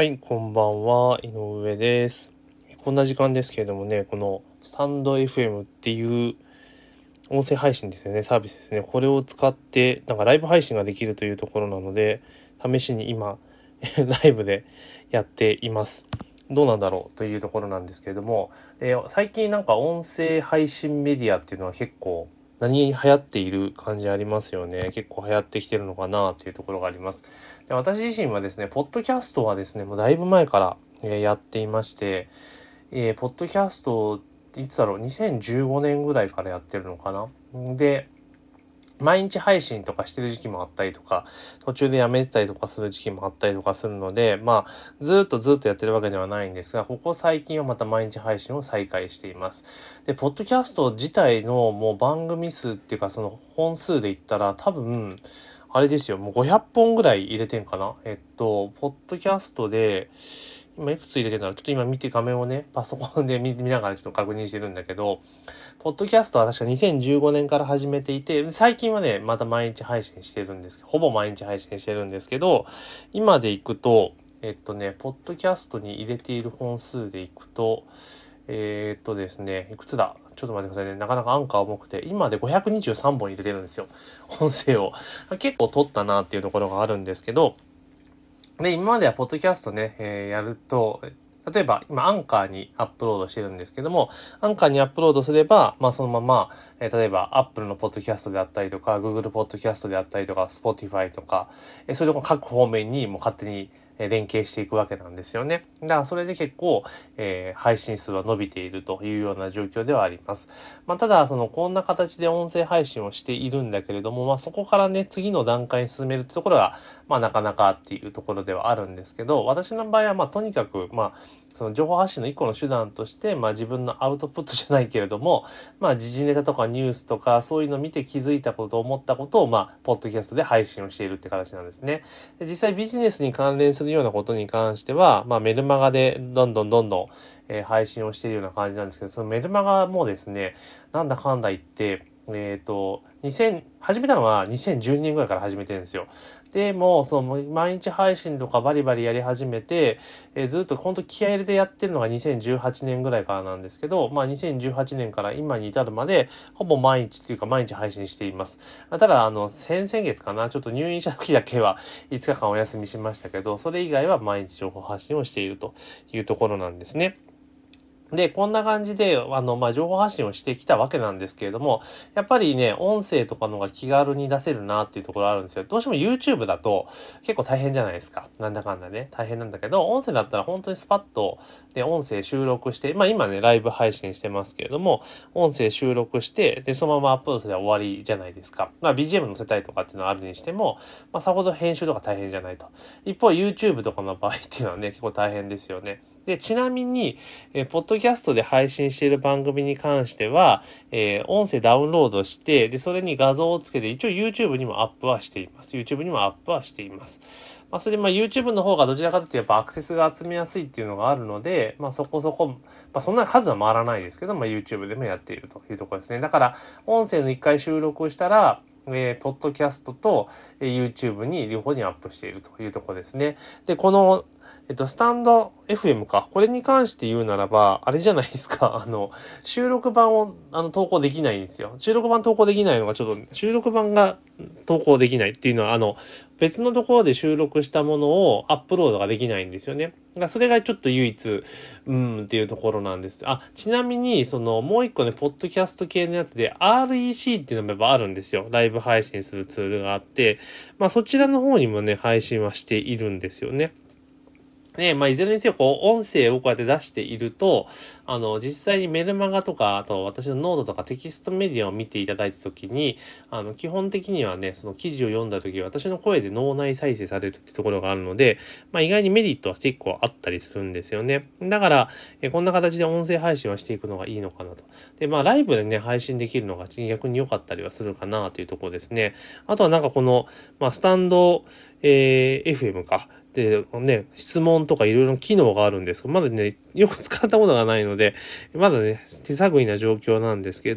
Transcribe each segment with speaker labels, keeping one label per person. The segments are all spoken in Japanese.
Speaker 1: はい、こんばんは、井上です。こんな時間ですけれどもね、このスタンド FM っていう音声配信ですよね、サービスですね。これを使って、ライブ配信ができるというところなので、試しに今、ライブでやっています。どうなんだろうというところなんですけれども、最近音声配信メディアっていうのは結構何に流行っている感じありますよね。結構流行ってきてるのかなというところがあります。で、私自身はですね、ポッドキャストはですね、もうだいぶ前から、やっていまして、ポッドキャストいつだろう、2015年ぐらいからやってるのかな。で、毎日配信とかしてる時期もあったりとか、途中でやめてたりとかする時期もあったりとかするので、ずっとやってるわけではないんですが、ここ最近はまた毎日配信を再開しています。で、ポッドキャスト自体のもう番組数っていうか、その本数で言ったら多分、あれですよ、もう500本ぐらい入れてんかな。ポッドキャストで、今いくつ入れてるんだろう。ちょっと今見て画面をね、パソコンで見ながらちょっと確認してるんだけど、ポッドキャストは確か2015年から始めていて、最近はね、また毎日配信してるんですけど、ほぼ毎日配信してるんですけど、今でいくと、ポッドキャストに入れている本数でいくと、ですね、いくつだちょっと待ってくださいね。なかなかアンカー重くて、今で523本入れてるんですよ。音声を。結構取ったなっていうところがあるんですけど、で、今まではポッドキャストね、やると、例えば今アンカーにアップロードしてるんですけども、アンカーにアップロードすれば、そのまま、例えば Apple のポッドキャストであったりとか、Google ポッドキャストであったりとか、Spotify とか、そういうとこ各方面にもう勝手に連携していくわけなんですよね。だからそれで結構、配信数は伸びているというような状況ではあります。ただ、こんな形で音声配信をしているんだけれども、そこからね、次の段階に進めるってところが、なかなかっていうところではあるんですけど、私の場合はとにかくその情報発信の一個の手段として、自分のアウトプットじゃないけれども、時事ネタとかニュースとかそういうのを見て気づいたこと思ったことをポッドキャストで配信をしているって形なんですね。で、実際ビジネスに関連するようなことに関しては、メルマガでどんどん、配信をしているような感じなんですけど、そのメルマガもですね、なんだかんだ言って、始めたのは2012年ぐらいから始めてるんですよ。でも、その毎日配信とかバリバリやり始めて、ずっと本当気合い入れてやってるのが2018年ぐらいからなんですけど、2018年から今に至るまで、ほぼ毎日っていうか毎日配信しています。ただ、先々月かな、ちょっと入院した時だけは5日間お休みしましたけど、それ以外は毎日情報発信をしているというところなんですね。で、こんな感じで、情報発信をしてきたわけなんですけれども、やっぱりね、音声とかのが気軽に出せるなっていうところあるんですよ。どうしても YouTube だと結構大変じゃないですか。なんだかんだね、大変なんだけど、音声だったら本当にスパッと、で、音声収録して、今ね、ライブ配信してますけれども、音声収録して、で、そのままアップロードすれば終わりじゃないですか。BGM 載せたいとかっていうのはあるにしても、さほど編集とか大変じゃないと。一方、YouTube とかの場合っていうのはね、結構大変ですよね。で、ちなみに、ポッドキャストで配信している番組に関しては、音声ダウンロードして、で、それに画像をつけて、一応 YouTube にもアップはしています。YouTube にもアップはしています。それでYouTube の方がどちらかというとやっぱアクセスが集めやすいっていうのがあるので、そこそこ、そんな数は回らないですけど、YouTube でもやっているというところですね。だから、音声の一回収録をしたら、ポッドキャストと、YouTube に両方にアップしているというところですね。で、この、スタンド FM か。これに関して言うならば、あれじゃないですか。収録版を投稿できないんですよ。収録版投稿できないのがちょっと、収録版が投稿できないっていうのは、別のところで収録したものをアップロードができないんですよね。だからそれがちょっと唯一、っていうところなんです。ちなみに、もう一個ね、ポッドキャスト系のやつで REC っていうのもやっぱあるんですよ。ライブ配信するツールがあって、そちらの方にもね、配信はしているんですよね。ね、いずれにせよ、音声をこうやって出していると、実際にメルマガとか、あと私のノートとかテキストメディアを見ていただいたときに、基本的にはね、その記事を読んだとき、私の声で脳内再生されるってところがあるので、意外にメリットは結構あったりするんですよね。だから、こんな形で音声配信はしていくのがいいのかなと。で、ライブでね、配信できるのが逆に良かったりはするかなというところですね。あとはこの、スタンド、FM か。で、ね、質問とかいろいろ機能があるんですが、まだね、よく使ったことがないので、まだね、手探りな状況なんですけれども、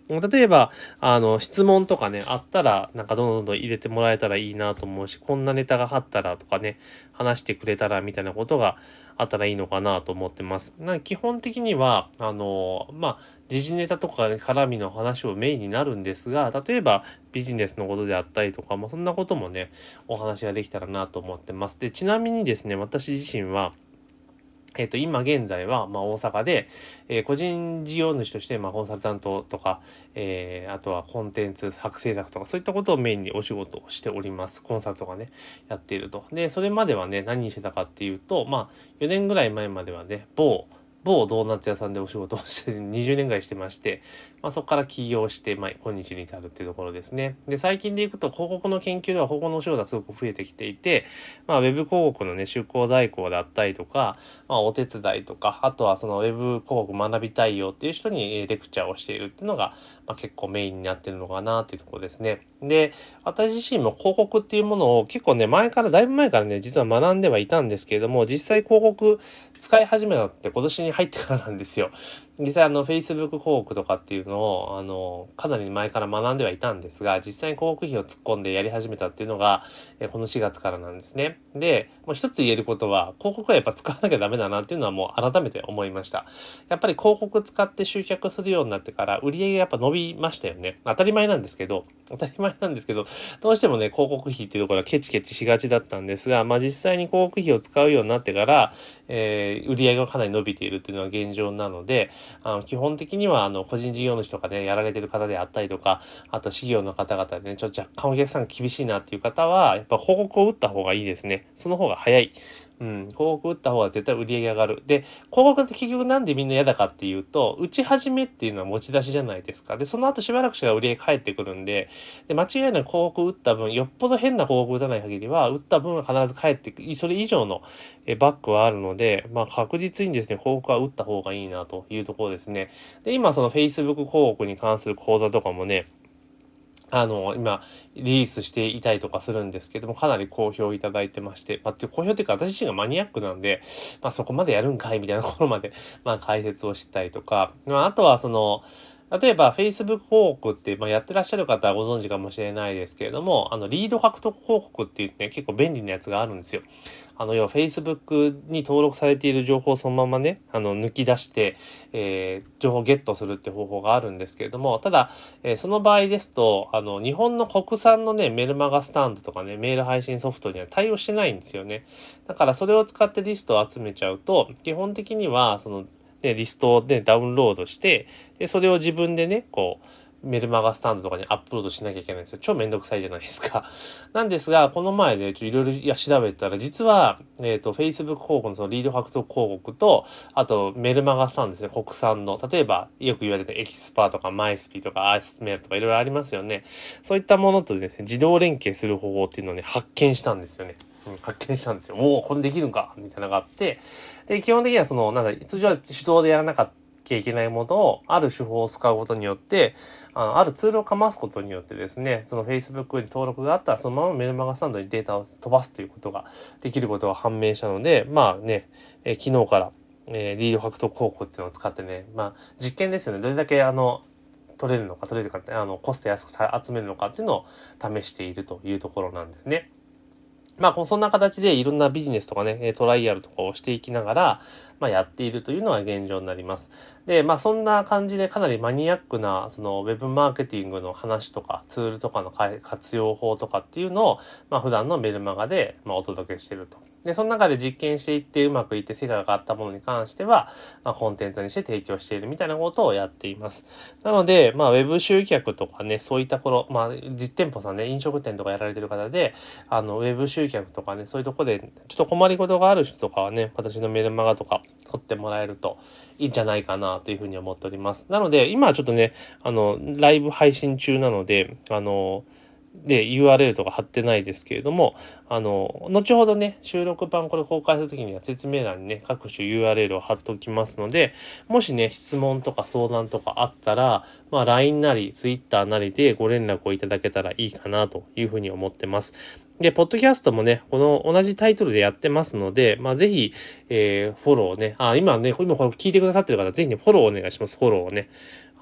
Speaker 1: 例えば、質問とかね、あったら、なんかどんどん入れてもらえたらいいなと思うし、こんなネタがあったらとかね、話してくれたらみたいなことがあったらいいのかなと思ってます。基本的には、時事ネタとか絡みの話をメインになるんですが、例えばビジネスのことであったりとか、そんなこともね、お話ができたらなと思ってます。で、ちなみにですね、私自身は、今現在は、大阪で、個人事業主として、コンサルタントとか、あとはコンテンツ作成作とか、そういったことをメインにお仕事をしております。コンサルとかね、やっていると。で、それまではね、何してたかっていうと、4年ぐらい前まではね、某ドーナツ屋さんでお仕事をして20年ぐらいしてまして、そこから起業して、今日に至るっていうところですね。で、最近でいくと広告の研究では広告のお仕事がすごく増えてきていて、ウェブ広告のね、出稿代行だったりとか、お手伝いとか、あとはそのウェブ広告学びたいよっていう人にレクチャーをしているっていうのが、結構メインになってるのかなっていうところですね。で、私自身も広告っていうものを結構ね、だいぶ前からね、実は学んではいたんですけれども、実際広告使い始めたのって今年に入ってからなんですよ。実際Facebook 広告とかっていうのを、かなり前から学んではいたんですが、実際に広告費を突っ込んでやり始めたっていうのが、この4月からなんですね。で、もう一つ言えることは、広告はやっぱ使わなきゃダメだなっていうのはもう改めて思いました。やっぱり広告使って集客するようになってから売り上げがやっぱ伸びましたよね。当たり前なんですけど、どうしてもね、広告費っていうところはケチケチしがちだったんですが、実際に広告費を使うようになってから、売り上げがかなり伸びているっていうのは現状なので、基本的には個人事業主とかでやられてる方であったりとか、あと事業の方々でね、若干お客さんが厳しいなっていう方は、やっぱ広告を打った方がいいですね。その方が早い。広告打った方が絶対売り上げ上がる。で、広告って結局なんでみんな嫌だかっていうと、打ち始めっていうのは持ち出しじゃないですか。で、その後しばらくしか売り上げ返ってくるんで、間違いなく広告打った分、よっぽど変な広告打たない限りは、打った分は必ず返ってくる、それ以上のバックはあるので、確実にですね、広告は打った方がいいなというところですね。で、今その Facebook 広告に関する講座とかもね、今、リリースしていたりとかするんですけども、かなり好評いただいてまして、好評っていうか私自身がマニアックなんで、そこまでやるんかいみたいなところまで、解説をしたりとか、あとは例えば Facebook 広告って、やってらっしゃる方はご存知かもしれないですけれども、リード獲得広告って言ってね、結構便利なやつがあるんですよ。要は Facebook に登録されている情報をそのままね、抜き出して、情報をゲットするって方法があるんですけれども、ただ、その場合ですと、日本の国産のね、メルマガスタンドとかね、メール配信ソフトには対応してないんですよね。だからそれを使ってリストを集めちゃうと、基本的には、リストをね、ダウンロードして、で、それを自分でね、メルマガスタンドとかにアップロードしなきゃいけないんですよ。超めんどくさいじゃないですか。なんですが、この前ね、いろいろ調べたら、実は、Facebook 広告のそのリード獲得広告と、あとメルマガスタンドですね、国産の。例えば、よく言われてるエキスパーとかマイスピとかアースメールとかいろいろありますよね。そういったものとですね、自動連携する方法っていうのをね、発見したんですよね。発見したんですよ。おお、これできるんかみたいなのがあって、で、基本的には通常は手動でやらなきゃいけないものを、ある手法を使うことによって、あるツールをかますことによってですね、その Facebook に登録があったら、そのままメルマガスタンドにデータを飛ばすということができることが判明したので、昨日から、リード獲得広告っていうのを使ってね、実験ですよね。どれだけ取れるかって、コスト安く集めるのかっていうのを試しているというところなんですね。そんな形でいろんなビジネスとかね、トライアルとかをしていきながら、やっているというのが現状になります。で、そんな感じでかなりマニアックな、ウェブマーケティングの話とか、ツールとかの活用法とかっていうのを、普段のメルマガで、お届けしていると。で、その中で実験していってうまくいって成果が上がったものに関しては、コンテンツにして提供しているみたいなことをやっています。なので、ウェブ集客とかね、そういった実店舗さんね、飲食店とかやられてる方で、ウェブ集客とかね、そういうとこで、ちょっと困りごとがある人とかはね、私のメルマガとか取ってもらえるといいんじゃないかなというふうに思っております。なので、今はちょっとね、ライブ配信中なので、URL とか貼ってないですけれども、後ほどね、収録版これ公開するときには説明欄にね、各種 URL を貼っておきますので、もしね、質問とか相談とかあったら、LINE なり Twitter なりでご連絡をいただけたらいいかなというふうに思ってます。で、ポッドキャストもね、この同じタイトルでやってますので、ぜひ、フォローをね、今これ聞いてくださってる方、ぜひね、フォローお願いします。フォローをね。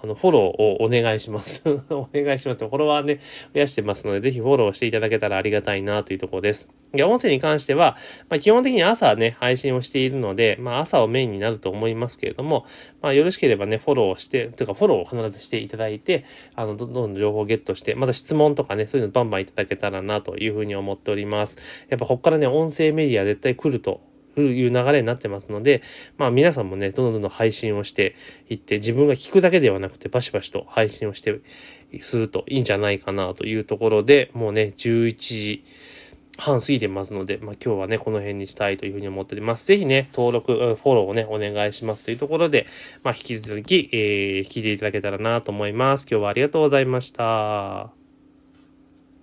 Speaker 1: フォローをお願いします。お願いします。フォロワーね、増やしてますので、ぜひフォローしていただけたらありがたいなというところです。で、音声に関しては、基本的に朝ね、配信をしているので、朝をメインになると思いますけれども、よろしければね、フォローして、というかフォローを必ずしていただいて、どんどん情報をゲットして、また質問とかね、そういうのバンバンいただけたらなというふうに思っております。やっぱこっからね、音声メディア絶対来るという流れになってますので、皆さんもね、どんどん配信をしていって、自分が聞くだけではなくて、バシバシと配信をするといいんじゃないかなというところで、もうね、11時半過ぎてますので、今日はね、この辺にしたいというふうに思っております。ぜひね、登録、フォローをね、お願いしますというところで、引き続き、聞いていただけたらなと思います。今日はありがとうございました。